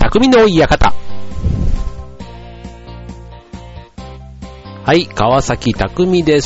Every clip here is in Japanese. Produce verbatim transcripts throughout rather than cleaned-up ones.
匠の館。はい、川崎匠です。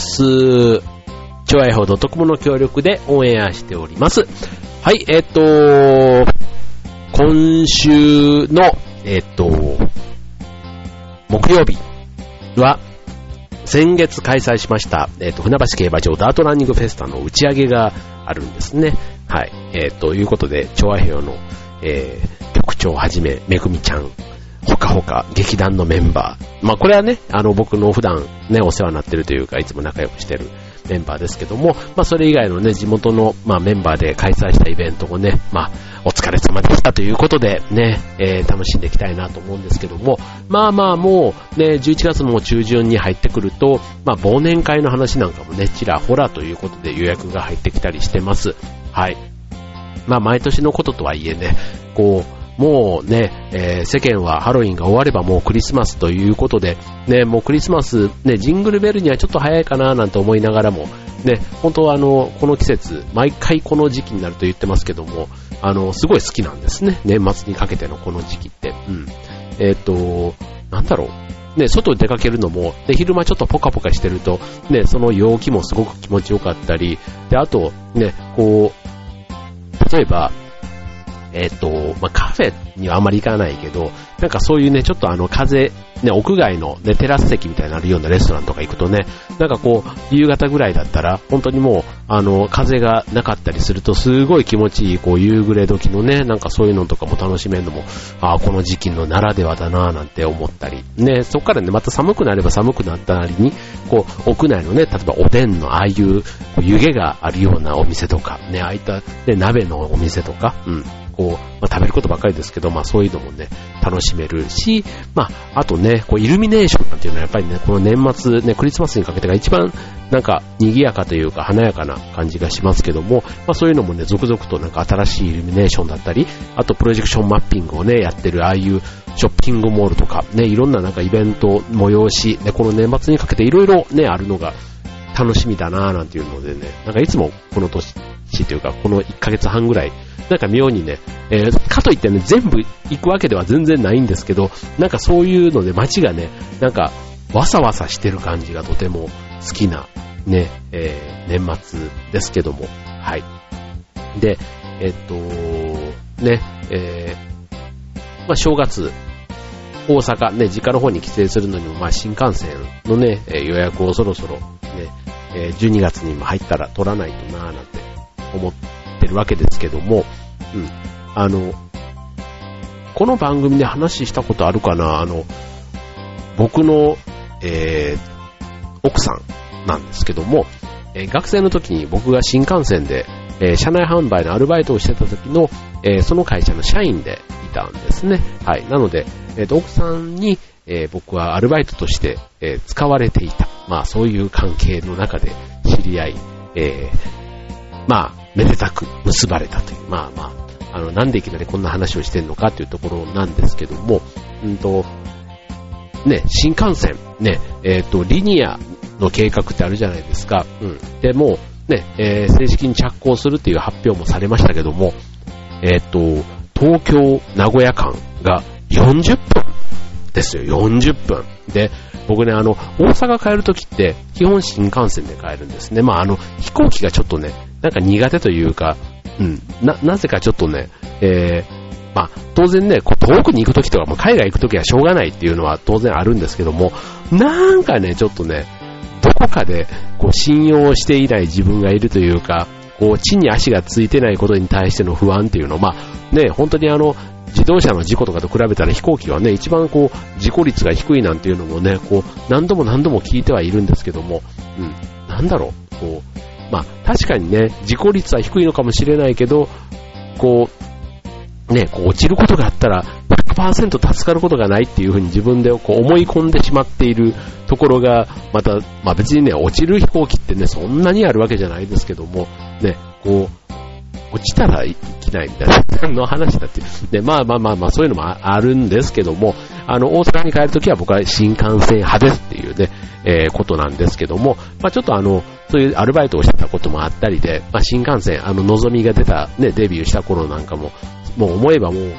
ちょわいほう.comの協力でオンエアしております。はい、えっと、今週の、えっと、木曜日は、先月開催しました、えっと、船橋競馬場ダートランニングフェスタの打ち上げがあるんですね。はい、えっと、いうことで、ちょわいほうの、えー、局長をはじめ、めぐみちゃん、ほかほか劇団のメンバー。まあこれはね、あの僕の普段ね、お世話になってるというか、いつも仲良くしてるメンバーですけども、まあそれ以外のね、地元の、まあ、メンバーで開催したイベントをね、まあお疲れ様でしたということでね、えー、楽しんでいきたいなと思うんですけども、まあまあもうね、じゅういちがつの中旬に入ってくると、まあ忘年会の話なんかもね、ちらほらということで予約が入ってきたりしてます。はい。まあ毎年のこととはいえね、こう、もうね、えー、世間はハロウィンが終わればもうクリスマスということで、ね、もうクリスマス、ね、ジングルベルにはちょっと早いかななんて思いながらも、ね、本当はあの、この季節、毎回この時期になると言ってますけども、あの、すごい好きなんですね。年末にかけてのこの時期って。うん。えっと、なんだろう。ね、外に出かけるのも、で、昼間ちょっとポカポカしてると、ね、その陽気もすごく気持ちよかったり、で、あと、ね、こう、例えば、えっと、まあ、カフェにはあまり行かないけど、なんかそういうね、ちょっとあの風、ね、屋外のね、テラス席みたいになるようなレストランとか行くとね、なんかこう、夕方ぐらいだったら、本当にもう、あの、風がなかったりすると、すごい気持ちいい、こう、夕暮れ時のね、なんかそういうのとかも楽しめるのも、ああ、この時期のならではだなぁなんて思ったり、ね、そこからね、また寒くなれば寒くなったなりに、こう、屋内のね、例えばおでんのああいう、こう湯気があるようなお店とか、ね、ああいった、ね、鍋のお店とか、うん。こう、まあ、食べることばっかりですけど、まあそういうのもね、楽しめるし、まあ、あとね、こう、イルミネーションなんていうのはやっぱりね、この年末ね、クリスマスにかけてが一番、なんか、賑やかというか、華やかな感じがしますけども、まあそういうのもね、続々となんか新しいイルミネーションだったり、あとプロジェクションマッピングをね、やってる、ああいうショッピングモールとか、ね、いろんななんかイベント、催し、ね、この年末にかけていろいろね、あるのが楽しみだなぁなんていうのでね、なんかいつもこの年というか、このいっかげつはんぐらい、なんか妙にね、えー、かといってね、全部行くわけでは全然ないんですけど、なんかそういうので街がね、なんかわさわさしてる感じがとても好きなね、えー、年末ですけども、はい。で、えっと、ね、えー、まあ正月、大阪ね、実家の方に帰省するのにも、まあ新幹線のね、予約をそろそろね、えー、じゅうにがつにも入ったら取らないとなーなんて思ってるわけですけども、うん。あの、この番組で話したことあるかな、あの、僕の、えー、奥さんなんですけども、えー、学生の時に僕が新幹線で、えー、車内販売のアルバイトをしてた時の、えー、その会社の社員でいたんですね。はい。なので、えーと、奥さんに、えー、僕はアルバイトとして、えー、使われていた。まあそういう関係の中で知り合い、えー、まあめでたく結ばれたという、まあまあ、あの、なんでいきなりこんな話をしてるのかというところなんですけども、うんと、ね、新幹線、ね、えっと、リニアの計画ってあるじゃないですか。うん。で、もう、ね、えー、正式に着工するっていう発表もされましたけども、えっと、東京、名古屋間がよんじゅっぷんですよ、よんじゅっぷん。で、僕ね、あの、大阪帰るときって、基本新幹線で帰るんですね。まあ、あの、飛行機がちょっとね、なんか苦手というか、うん、な、なぜかちょっとね、えー、まあ、当然ね、こう遠くに行くときとか、も海外行くときはしょうがないっていうのは当然あるんですけども、なんかね、ちょっとね、どこかで、こう、信用していない自分がいるというか、こう、地に足がついてないことに対しての不安っていうのを、まあ、ね、本当にあの、自動車の事故とかと比べたら飛行機はね、一番こう、事故率が低いなんていうのもね、こう、何度も何度も聞いてはいるんですけども、うん、なんだろう、こう、まあ、確かにね、事故率は低いのかもしれないけど、こう、ね、こう落ちることがあったら、ひゃくパーセント 助かることがないっていうふうに自分でこう思い込んでしまっているところが、また、まあ別にね、落ちる飛行機ってね、そんなにあるわけじゃないですけども、ね、こう、落ちたらいけないみたいなの話だっていう。で、まあまあまあまあ、そういうのもあるんですけども、あの、大阪に帰るときは僕は新幹線派ですっていうね、えー、ことなんですけども、まあちょっとあの、そういうアルバイトをしてたこともあったりで、まあ新幹線、あの、のぞみが出た、ね、デビューした頃なんかも、もう思えばもう、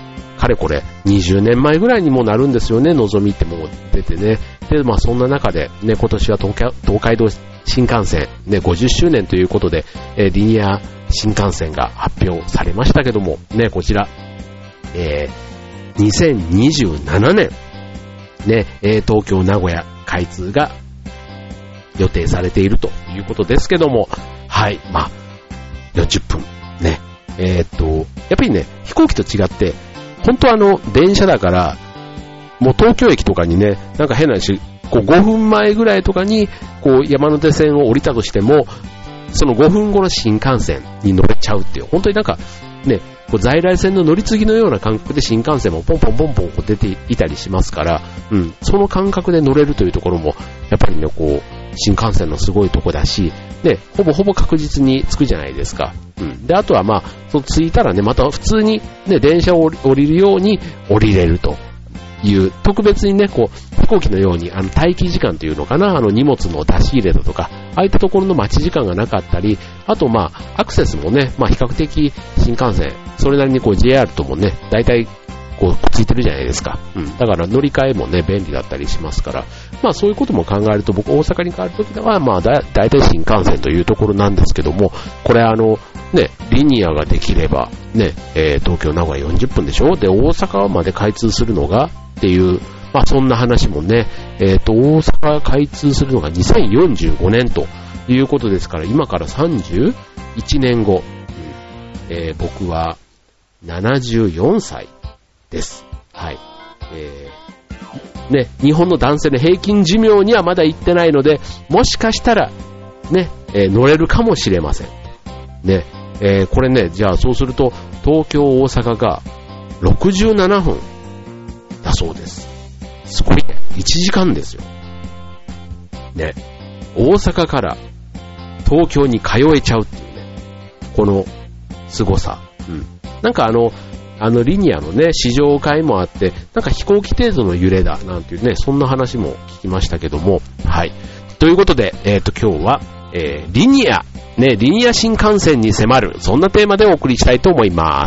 かれこれにじゅうねんまえぐらいにもなるんですよね、のぞみってもう出てね。で、まあそんな中でね、今年は東海、東海道新幹線ね、ごじゅっしゅうねんということで、えー、リニア新幹線が発表されましたけども、ね、こちら、えー、にせんにじゅうななねん、ね、えー、東京名古屋開通が予定されているということですけども、はい、まあ、よんじゅっぷん、ね、えー、っと、やっぱりね、飛行機と違って、本当あの、電車だから、もう東京駅とかにね、なんか変なし、こうごふんまえぐらいとかに、こう山手線を降りたとしても、そのごふんごの新幹線に乗れちゃうっていう、本当になんか、ね、こう在来線の乗り継ぎのような感覚で新幹線もポンポンポンポンこう出ていたりしますから、うん、その感覚で乗れるというところも、やっぱりね、こう、新幹線のすごいとこだし、ね、ほぼほぼ確実に着くじゃないですか。うん。で、あとはまあ、そう着いたらね、また普通にね、電車を降りるように降りれるという、特別にね、こう、飛行機のように、あの、待機時間というのかな、あの、荷物の出し入れだとか、ああいったところの待ち時間がなかったり、あとまあ、アクセスもね、まあ比較的新幹線、それなりにこう ジェイアール ともね、大体、こう、くっついてるじゃないですか。うん。だから乗り換えもね、便利だったりしますから、まあそういうことも考えると、僕大阪に帰るときは、まあだ、だいたい新幹線というところなんですけども、これあの、ね、リニアができれば、ね、えー、東京名古屋よんじゅっぷんでしょ？で、大阪まで開通するのが、っていう、まあそんな話もね、えっと、大阪開通するのがにせんよんじゅうごねんということですから、今からさんじゅういちねんご、うんえー、僕はななじゅうよんさいです。はい。えー、ね、日本の男性の平均寿命にはまだ行ってないので、もしかしたら、ね、えー、乗れるかもしれません。ね、えー、これね、じゃあそうすると、東京、大阪がろくじゅうななふんだそうです。すごいね。いちじかんですよ。ね、大阪から東京に通えちゃうっていうね、この凄さ。うん。なんかあの、あのリニアのね、試乗会もあって、なんか飛行機程度の揺れだ、なんていうね、そんな話も聞きましたけども、はい。ということで、えっと、今日は、えー、リニア、ね、リニア新幹線に迫る、そんなテーマでお送りしたいと思います。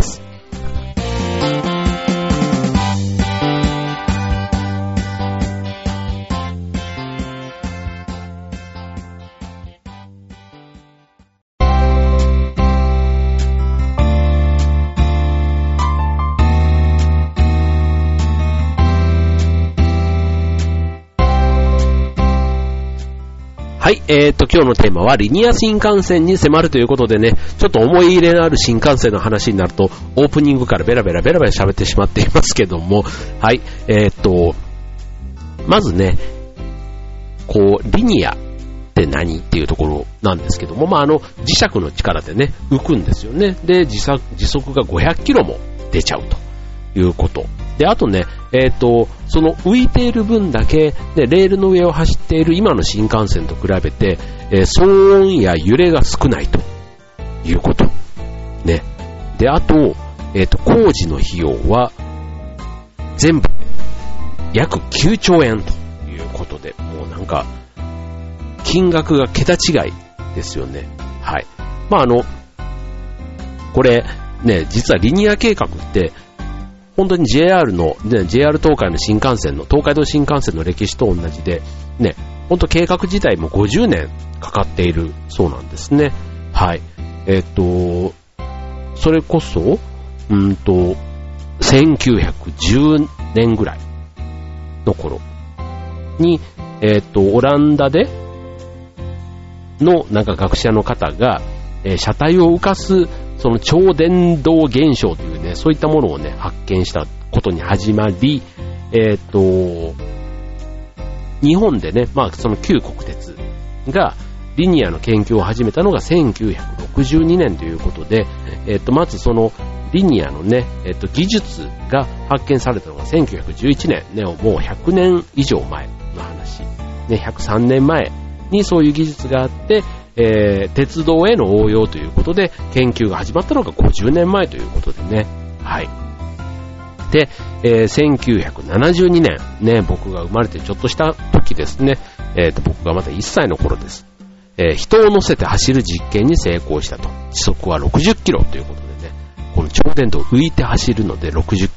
はい、えーと、今日のテーマはリニア新幹線に迫るということでね、ちょっと思い入れのある新幹線の話になると、オープニングからベラベラベラベラ喋ってしまっていますけども、はい、えーと、まずね、こう、リニアって何っていうところなんですけども、まあ、あの、磁石の力でね、浮くんですよね。で、時速、時速がごひゃっキロも出ちゃうということ。で、あとね、えっと、その浮いている分だけ、ね、レールの上を走っている今の新幹線と比べて、えー、騒音や揺れが少ないということ。ね。で、あと、えっと、工事の費用は、全部、約きゅうちょうえんということで、もうなんか、金額が桁違いですよね。はい。まあ、あの、これ、ね、実はリニア計画って、本当に ジェイアール の、ね、ジェイアール 東海の新幹線の、東海道新幹線の歴史と同じで、ね、本当計画自体もごじゅうねんかかっているそうなんですね。はい。えっと、それこそ、うんと、せんきゅうひゃくじゅうねんぐらいの頃に、えっと、オランダでのなんか学者の方が、えー、車体を浮かすその超電導現象というね、そういったものをね、発見したことに始まり、えっと、日本でね、まあその旧国鉄がリニアの研究を始めたのがせんきゅうひゃくろくじゅうにねんということで、えっと、まずそのリニアのね、えっと、技術が発見されたのがせんきゅうひゃくじゅういちねん、ね、もうひゃくねん以上前の話、ね、ひゃくさんねんまえにそういう技術があって、えー、鉄道への応用ということで研究が始まったのがごじゅうねんまえということでね。はい。で、えー、せんきゅうひゃくななじゅうにねん、ね、僕が生まれてちょっとした時ですね、えーと、僕がまだいっさいの頃です。えー、人を乗せて走る実験に成功したと。時速はろくじゅっキロということでね、この超電導浮いて走るのでろくじゅっキロ。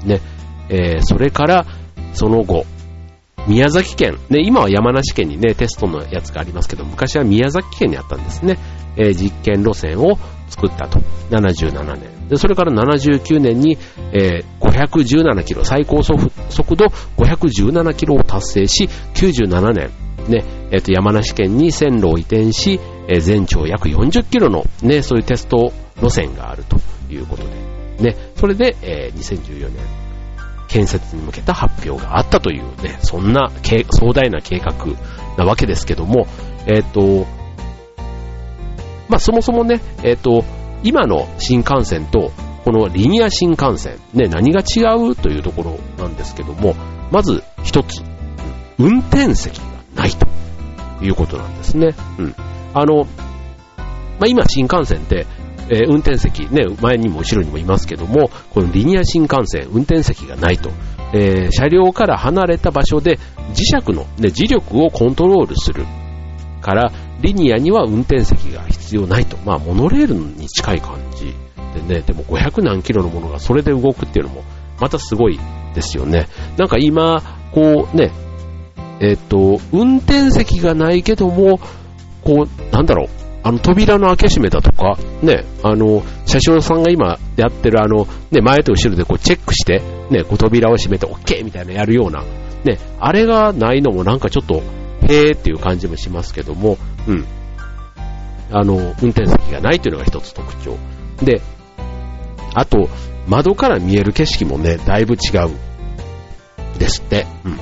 ね、えー、それからその後宮崎県、ね、今は山梨県にねテストのやつがありますけど、昔は宮崎県にあったんですね。えー、実験路線を作ったと。ななじゅうななねんで、それからななじゅうきゅうねんに、えー、ごひゃくじゅうななキロ、最高速度ごひゃくじゅうななキロを達成し、きゅうじゅうななねんね、えっと山梨県に線路を移転し、えー、全長約よんじゅっキロのねそういうテスト路線があるということでね、それで、えー、にせんじゅうよねん建設に向けた発表があったというね、そんな壮大な計画なわけですけども、えっとまあそもそもね、えっと今の新幹線とこのリニア新幹線ね、何が違うというところなんですけども、まず一つ、運転席がないということなんですね。うん。あの、まあ、今新幹線って、えー、運転席ね、前にも後ろにもいますけども、このリニア新幹線運転席がないと、えー、車両から離れた場所で磁石の、ね、磁力をコントロールするからリニアには運転席が必要ないと、まあモノレールに近い感じでね、でもごひゃくなんキロのものがそれで動くっていうのもまたすごいですよね。なんか今こうね、えっと運転席がないけども、こうなんだろう、あの扉の開け閉めだとかね、あの車掌さんが今やってるあのね、前と後ろでこうチェックしてね、こう扉を閉めて OK みたいなやるようなね、あれがないのもなんかちょっとへーっていう感じもしますけども、うん。あの、運転席がないというのが一つ特徴。で、あと、窓から見える景色もね、だいぶ違う。ですって。うん。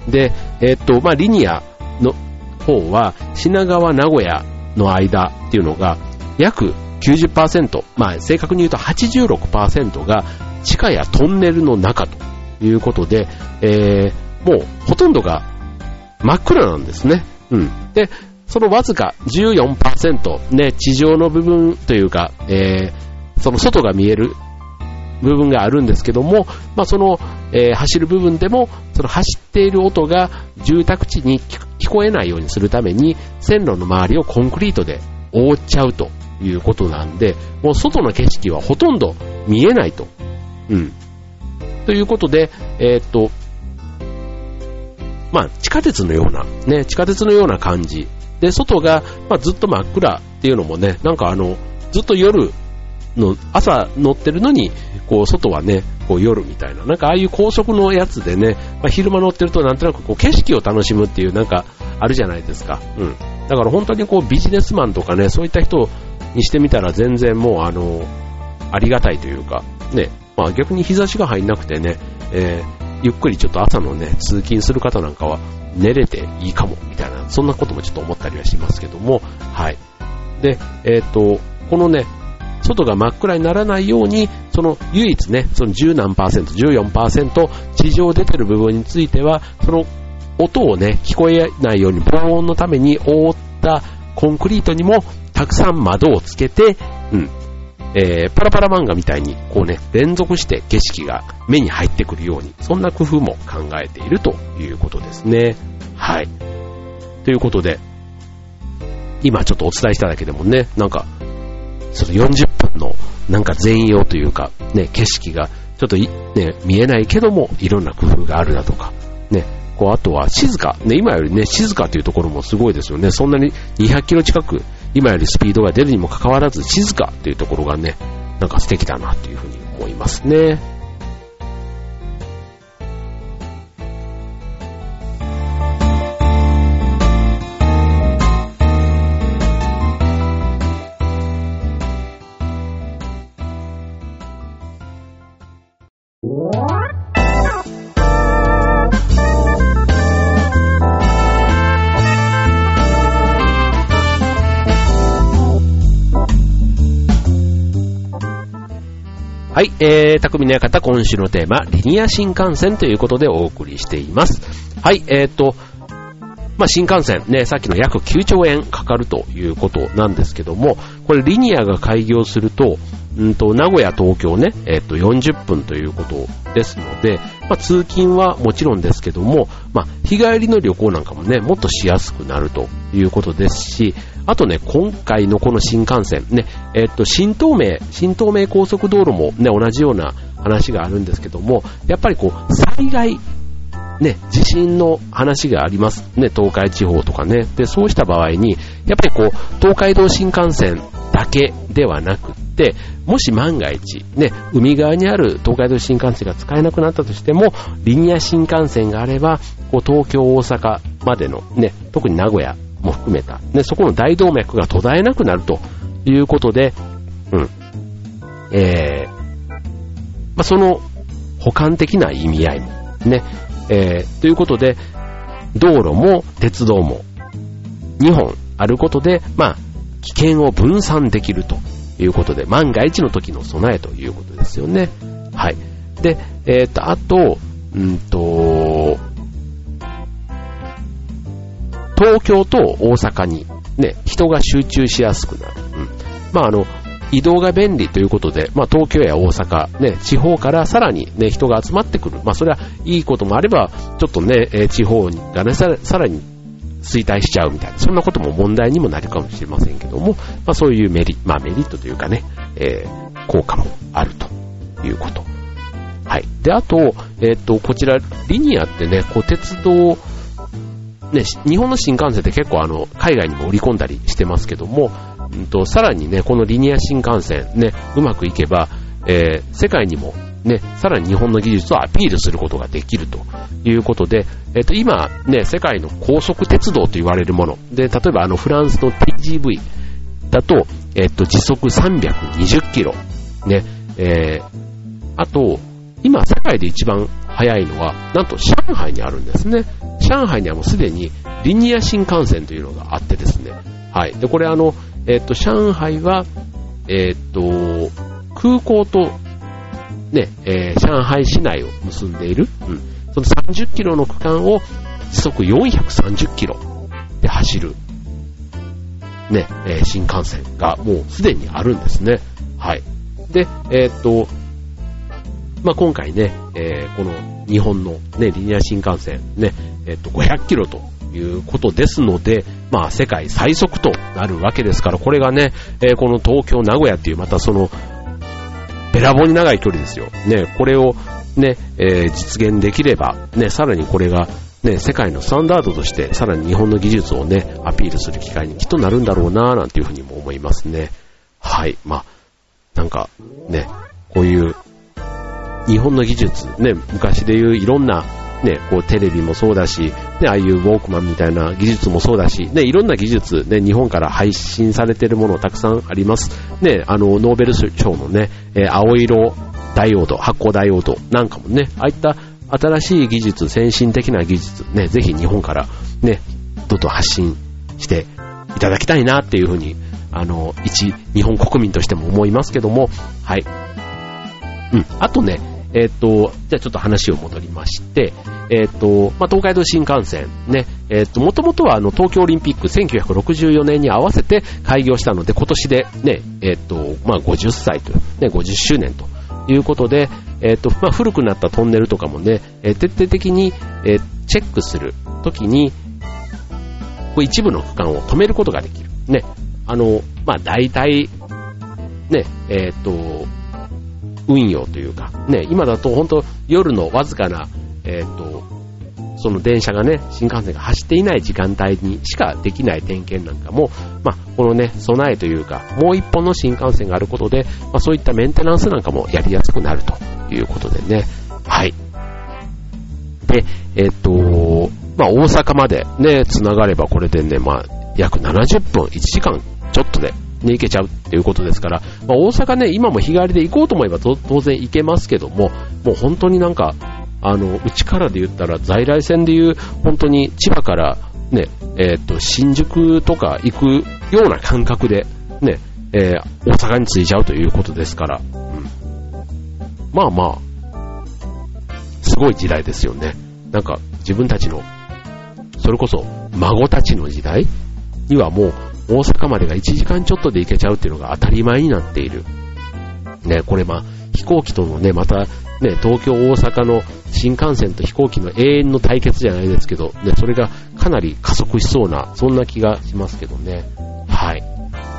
で、えー、っと、まあ、リニアの方は、品川、名古屋の間っていうのが、約 きゅうじゅっパーセント、まあ、正確に言うと はちじゅうろくパーセント が地下やトンネルの中ということで、えー、もうほとんどが真っ暗なんですね。うん。で、そのわずか じゅうよんパーセント ね、地上の部分というか、えー、その外が見える部分があるんですけども、まあその、えー、走る部分でも、その走っている音が住宅地に聞こえないようにするために、線路の周りをコンクリートで覆っちゃうということなんで、もう外の景色はほとんど見えないと。うん。ということで、えー、っと、まあ、地下鉄のような、ね、地下鉄のような感じ。で、外が、まあ、ずっと真っ暗っていうのもね、なんかあの、ずっと夜の、朝乗ってるのに、こう、外はね、こう夜みたいな、なんかああいう高速のやつでね、まあ、昼間乗ってるとなんとなくこう景色を楽しむっていうなんかあるじゃないですか。うん。だから本当にこうビジネスマンとかね、そういった人にしてみたら全然もうあの、ありがたいというか、ね、まあ逆に日差しが入んなくてね、えーゆっくりちょっと朝のね、通勤する方なんかは寝れていいかも、みたいな、そんなこともちょっと思ったりはしますけども、はい。で、えっと、このね、外が真っ暗にならないように、その唯一ね、そのじゅう何パーセント、じゅうよんパーセント、地上出てる部分については、その音をね、聞こえないように防音のために覆ったコンクリートにもたくさん窓をつけて、うん。えー、パラパラ漫画みたいにこうね連続して景色が目に入ってくるように、そんな工夫も考えているということですね。はい。ということで今ちょっとお伝えしただけでもね、なんかそのよんじゅっぷんのなんか全容というかね、景色がちょっとね見えないけどもいろんな工夫があるだとかね、こうあとは静かね、今よりね静かというところもすごいですよね。そんなににひゃくキロ近く今よりスピードが出るにもかかわらず静かというところがね、なんか素敵だなというふうに思いますね。はい、えー、匠の館、今週のテーマ、リニア新幹線ということでお送りしています。はい、えーと、まあ、新幹線ね、さっきの約きゅうちょうえんかかるということなんですけども、これリニアが開業すると、 うんと、名古屋、東京ね、えっと、よんじゅっぷんということですので、まあ、通勤はもちろんですけども、まあ、日帰りの旅行なんかもね、もっとしやすくなるということですし、あとね、今回のこの新幹線、ね、えっと、新東名、新東名高速道路もね、同じような話があるんですけども、やっぱりこう、災害、ね、地震の話がありますね、東海地方とかね。で、そうした場合に、やっぱりこう、東海道新幹線だけではなくって、もし万が一、ね、海側にある東海道新幹線が使えなくなったとしても、リニア新幹線があれば、こう東京、大阪までのね、特に名古屋も含めた、ね、そこの大動脈が途絶えなくなるということで、うん、えー、まあ、その補完的な意味合いもね、えー、ということで、道路も鉄道もにほんあることで、まあ、危険を分散できるということで、万が一の時の備えということですよね。はい。で、えっと、あと、うんと、東京と大阪にね、人が集中しやすくなる。うん。まあ、あの、移動が便利ということで、まあ、東京や大阪、ね、地方からさらに、ね、人が集まってくる。まあ、それはいいこともあれば、ちょっとね、えー、地方がね、さら、さらに衰退しちゃうみたいな、そんなことも問題にもなるかもしれませんけども、まあ、そういうメリ、まあ、メリットというかね、えー、効果もあるということ。はい。で、あと、えっと、こちら、リニアってね、こう、鉄道、ね、日本の新幹線って結構あの、海外にも売り込んだりしてますけども、うんと、さらにね、このリニア新幹線ね、うまくいけば、えー、世界にもね、さらに日本の技術をアピールすることができるということで、えっと、今ね、世界の高速鉄道と言われるもので、例えばあのフランスの ティージーブイ だと、えっと、時速さんびゃくにじゅっキロね、えー、あと今世界で一番速いのはなんと上海にあるんですね。上海にはもうすでにリニア新幹線というのがあってですね、はい。で、これあの、えっと、上海はえっと空港とね、えー、上海市内を結んでいる、うん、そのさんじゅっキロの区間を時速よんひゃくさんじゅっキロで走る、ね、えー、新幹線がもうすでにあるんですね。はい。で、えー、っと、まあ、今回ね、えー、この日本のね、リニア新幹線ね、えー、っと、ごひゃくキロということですので、まあ、世界最速となるわけですから、これがね、えー、この東京、名古屋っていうまたその、べらぼうに長い距離ですよ。ね、これをね、えー、実現できれば、ね、さらにこれが、ね、世界のスタンダードとして、さらに日本の技術をね、アピールする機会にきっとなるんだろうな、なんていうふうにも思いますね。はい。まあ、なんか、ね、こういう、日本の技術、ね、昔でいういろんな、ね、こうテレビもそうだし、ね、ああいうウォークマンみたいな技術もそうだし、ね、いろんな技術、ね、日本から配信されているものたくさんあります。ね、あの、ノーベル賞のね、えー、青色ダイオード、発光ダイオードなんかもね、ああいった新しい技術、先進的な技術、ね、ぜひ日本からね、どんどん発信していただきたいなっていうふうに、あの、一日本国民としても思いますけども、はい。うん、あとね、えっと、じゃあちょっと話を戻りまして、えっと、まあ、東海道新幹線ね、えっと、もともとはあの、東京オリンピックせんきゅうひゃくろくじゅうよねんに合わせて開業したので、今年でね、えっと、まあ、ごじゅっさいという、ね、ごじゅっしゅうねんということで、えっと、まあ、古くなったトンネルとかもね、えー、徹底的に、えー、チェックするときに、こう一部の区間を止めることができる。ね、あの、まあ、大体、ね、えっと、運用というか、ね、今だと本当夜のわずかな、えっと、その電車がね、新幹線が走っていない時間帯にしかできない点検なんかも、まあ、このね、備えというか、もう一本の新幹線があることで、まあ、そういったメンテナンスなんかもやりやすくなるということでね、はい。で、えっと、まあ、大阪までね、繋がればこれでね、まあ、約ななじゅっぷん、いちじかんちょっとで、ね、行けちゃうっていうことですから、まあ、大阪ね、今も日帰りで行こうと思えば当然行けますけども、もう本当になんか、あの、うちからで言ったら在来線でいう、本当に千葉からね、えっと、新宿とか行くような感覚で、ね、えー、大阪に着いちゃうということですから、うん、まあまあ、すごい時代ですよね。なんか、自分たちの、それこそ、孫たちの時代にはもう、大阪までがいちじかんちょっとで行けちゃうっていうのが当たり前になっているね、これまあ、飛行機とのね、また、ね、東京、大阪の新幹線と飛行機の永遠の対決じゃないですけど、ね、それがかなり加速しそうな、そんな気がしますけどね。はい。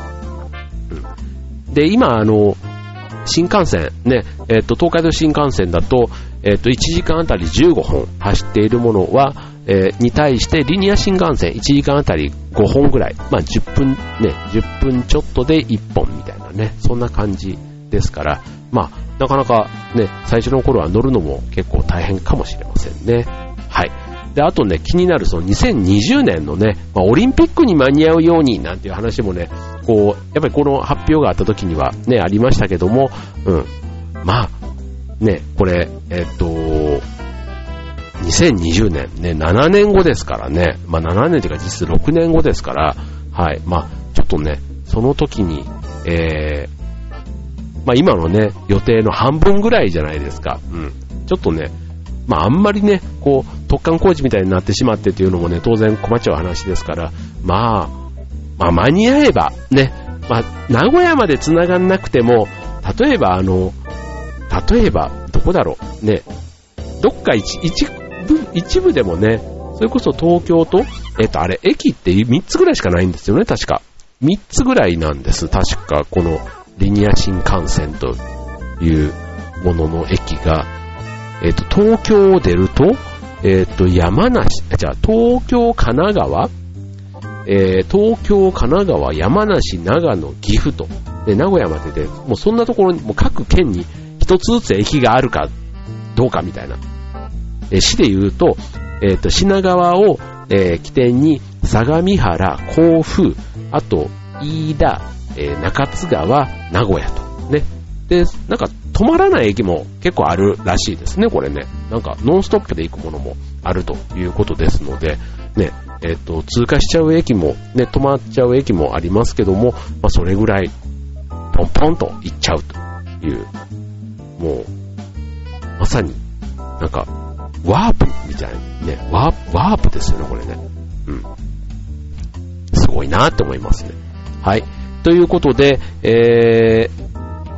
うん、で、今、あの、新幹線、ね、えっと、東海道新幹線だと、えっと、いちじかんあたりじゅうごほん走っているものは、えー、に対してリニア新幹線いちじかんあたりごほんぐらい、まあじゅっぷんね、じゅっぷんちょっとでいっぽんみたいなね、そんな感じですから、まあなかなかね、最初の頃は乗るのも結構大変かもしれませんね。はい。で、あとね、気になるそのにせんにじゅうねんのね、まあ、オリンピックに間に合うようになんていう話もね、こう、やっぱりこの発表があった時にはね、ありましたけども、うん。まあ、ね、これ、えっと、にせんにじゅうねんね、ななねんごですからね、まあななねんというか実質ろくねんごですから、はい、まあちょっとね、その時に、えー、まあ今のね、予定の半分ぐらいじゃないですか、うん、ちょっとね、まああんまりね、こう、突貫工事みたいになってしまってというのもね、当然困っちゃう話ですから、まあ、まあ間に合えば、ね、まあ名古屋まで繋がんなくても、例えばあの、例えば、どこだろう、ね、どっか一、一部、一部でもね、それこそ東京と、えっと、あれ、駅ってみっつぐらいしかないんですよね、確か。みっつぐらいなんです、確か、このリニア新幹線というものの駅が、えっと、東京を出ると、えっと、山梨、じゃあ、東京、神奈川、えー、東京、神奈川、山梨、長野、岐阜と、で、名古屋までで、もうそんなところに、もう各県に一つずつ駅があるか、どうかみたいな。え市で言うと、えっと、品川を、えー、起点に、相模原、甲府、あと、飯田、えー、中津川、名古屋と。ね。で、なんか、止まらない駅も結構あるらしいですね、これね。なんか、ノンストップで行くものもあるということですので、ね、えっと、通過しちゃう駅も、ね、止まっちゃう駅もありますけども、まあ、それぐらい、ポンポンと行っちゃうという、もう、まさに、なんか、ワープみたいなね、ワープ、ワープですよね、これね。うん。すごいなって思いますね。はい。ということで、えー、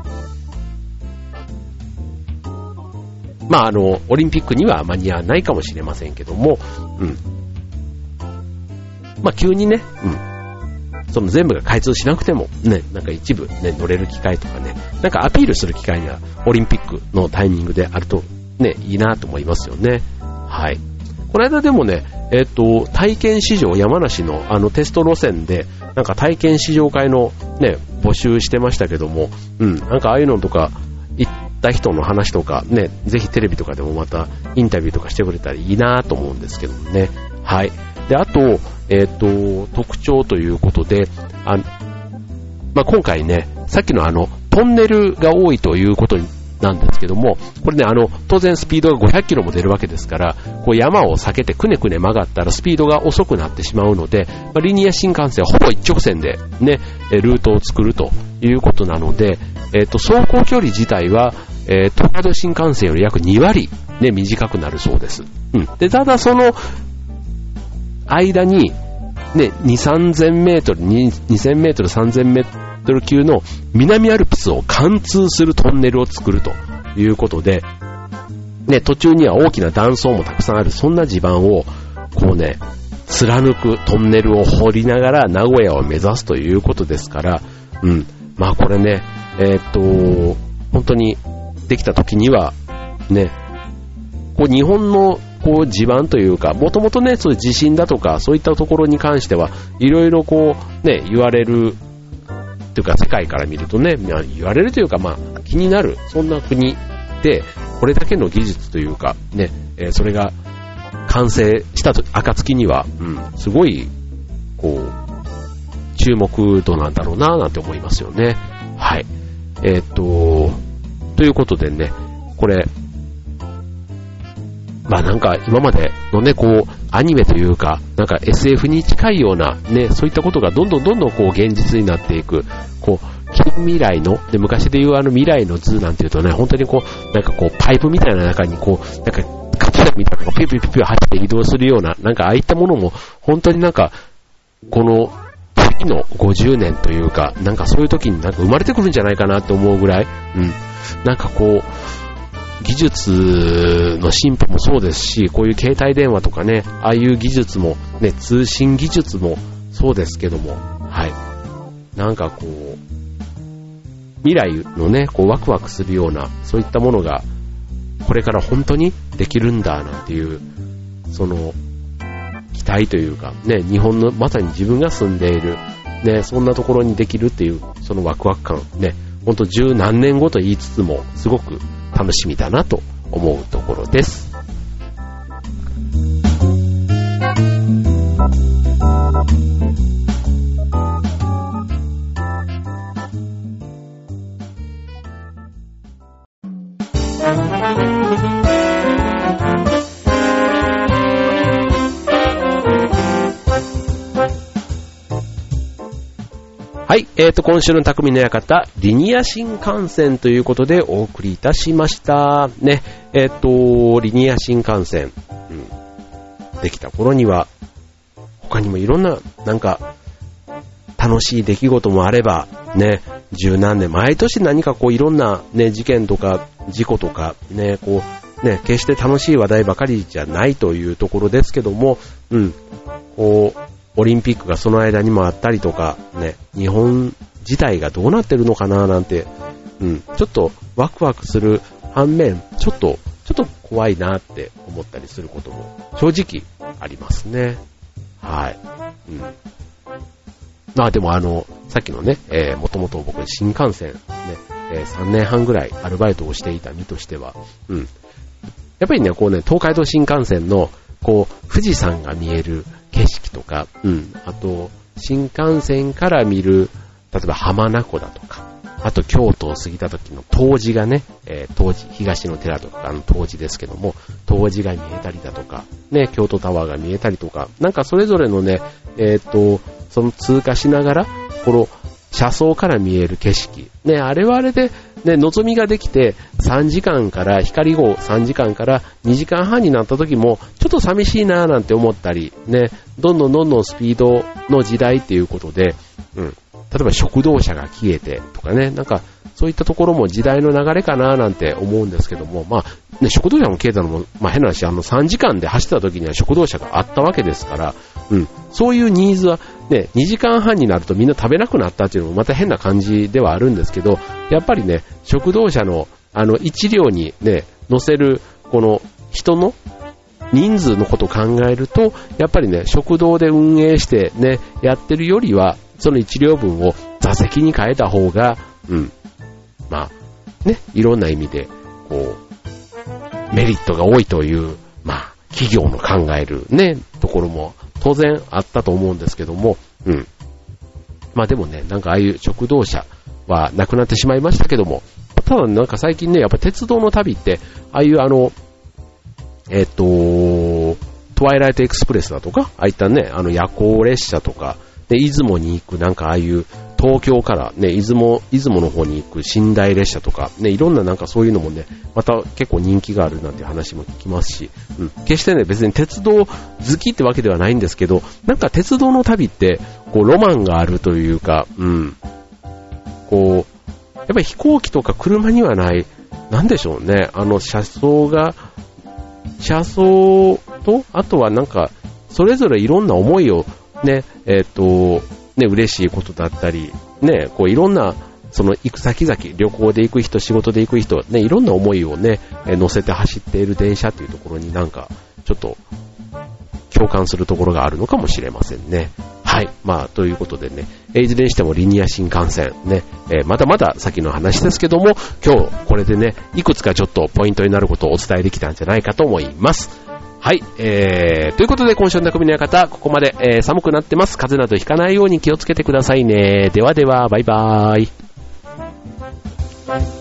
まあ、あの、オリンピックには間に合わないかもしれませんけども、うん。まあ、急にね、うん。その全部が開通しなくても、ね、なんか一部ね、乗れる機会とかね、なんかアピールする機会がオリンピックのタイミングであると、ね、いいなと思いますよね。はい。この間でもね、えっと、体験試乗、山梨のあのテスト路線で、なんか体験試乗会のね、募集してましたけども、うん、なんかああいうのとか、行った人の話とか、ね、ぜひテレビとかでもまたインタビューとかしてくれたらいいなと思うんですけどもね。はい。で、あと、えっと、特徴ということで、あまあ、今回ね、さっきのあの、トンネルが多いということになんですけども、これね、あの、当然スピードがごひゃっキロも出るわけですから、こう山を避けてくねくね曲がったらスピードが遅くなってしまうので、まあ、リニア新幹線はほぼ一直線でね、ルートを作るということなので、えっと、走行距離自体は、えー、東海道新幹線より約にわりね、短くなるそうです。うん。で、ただその間に、ね、に、さんぜんメートル、にせんメートル、さんぜんメートル級の南アルプスを貫通するトンネルを作るということで、ね、途中には大きな断層もたくさんある、そんな地盤を、こうね、貫くトンネルを掘りながら名古屋を目指すということですから、うん。まあこれね、えー、っと、本当にできた時には、ね、こう日本のこう地盤というか、もともとね、そういう地震だとか、そういったところに関しては、いろいろこう、ね、言われる、というか世界から見るとね、言われるというか、まあ、気になる、そんな国で、これだけの技術というか、ね、えー、それが完成したと、暁には、うん、すごい、こう、注目度なんだろうな、なんて思いますよね。はい。えー、っと、ということでね、これ、まあなんか今までのね、こう、アニメというか、なんか エスエフ に近いようなね、そういったことがどんどんどんどんこう現実になっていく、こう、近未来の、で昔でいうあの未来の図なんていうとね、本当にこう、なんかこう、パイプみたいな中にこう、なんか、カプセルみたいなのがピュピュピュピュ走って移動するような、なんかああいったものも、本当になんか、この、 次のごじゅうねんというか、なんかそういう時になんか生まれてくるんじゃないかなって思うぐらい、うん、なんかこう、技術の進歩もそうですし、こういう携帯電話とかね、ああいう技術も、ね、通信技術もそうですけども、はい。なんかこう、未来のね、こうワクワクするような、そういったものが、これから本当にできるんだ、なんていう、その、期待というか、ね、日本の、まさに自分が住んでいる、ね、そんなところにできるっていう、そのワクワク感、ね、ほんと十何年後と言いつつも、すごく楽しみだなと思うところです。はい、えーと、今週の匠の館、リニア新幹線ということでお送りいたしました。ね、えーと、リニア新幹線、うん、できた頃には、他にもいろんな、なんか、楽しい出来事もあれば、ね、十何年、毎年何かこういろんなね、事件とか事故とか、ね、こう、ね、決して楽しい話題ばかりじゃないというところですけども、うん、こう、オリンピックがその間にもあったりとか、ね、日本自体がどうなってるのかななんて、うん、ちょっとワクワクする反面、ちょっと、ちょっと怖いなって思ったりすることも正直ありますね。はい。うん。まあでもあの、さっきのね、えー、もともと僕新幹線、ね、えー、さんねんはんぐらいアルバイトをしていた身としては、うん。やっぱりね、こうね、東海道新幹線の、こう、富士山が見える景色とか、うん。あと、新幹線から見る、例えば浜名湖だとか、あと京都を過ぎた時の東寺がね、えー、東寺、東の寺とか、あの東寺ですけども、東寺が見えたりだとか、ね、京都タワーが見えたりとか、なんかそれぞれのね、えっと、その通過しながら、この車窓から見える景色、ね、あれはあれで、ね、望みができてさんじかんから光号さんじかんからにじかんはんになった時もちょっと寂しいなーなんて思ったりね、どんどんどんどんスピードの時代っていうことで、うん、例えば食堂車が消えてとかね、なんかそういったところも時代の流れかなーなんて思うんですけども、まあね、食堂車も消えたのも、まあ変な話、あのさんじかんで走った時には食堂車があったわけですから、うん、そういうニーズはね、にじかんはんになるとみんな食べなくなったっていうのもまた変な感じではあるんですけど、やっぱりね、食堂車のあの一両にね、乗せるこの人の人数のことを考えると、やっぱりね、食堂で運営してね、やってるよりは、その一両分を座席に変えた方が、うん、まあ、ね、いろんな意味で、こう、メリットが多いという、まあ、企業の考えるね、ところも当然あったと思うんですけども、うん。まあでもね、なんかああいう食堂車はなくなってしまいましたけども、ただなんか最近ね、やっぱ鉄道の旅って、ああいうあの、えっと、トワイライトエクスプレスだとか、ああいったね、あの夜行列車とか、で、出雲に行くなんかああいう東京からね、出雲、出雲の方に行く寝台列車とか、ね、いろんななんかそういうのもね、また結構人気があるなんていう話も聞きますし、うん、決してね、別に鉄道好きってわけではないんですけど、なんか鉄道の旅って、こう、ロマンがあるというか、うん、こう、やっぱり飛行機とか車にはない、なんでしょうね、あの車窓が、車窓と、あとはなんか、それぞれいろんな思いをね、えっと、ね、嬉しいことだったり、ね、こういろんな、その行く先々、旅行で行く人、仕事で行く人、ね、いろんな思いをね、乗せて走っている電車というところになんか、ちょっと、共感するところがあるのかもしれませんね。はい。まあ、ということでね、いずれにしてもリニア新幹線ね、えー、まだまだ先の話ですけども、今日これでね、いくつかちょっとポイントになることをお伝えできたんじゃないかと思います。はい、えー、ということで今週の匠の館、ここまで、えー、寒くなってます。風邪などひかないように気をつけてくださいね。ではでは、バイバーイ。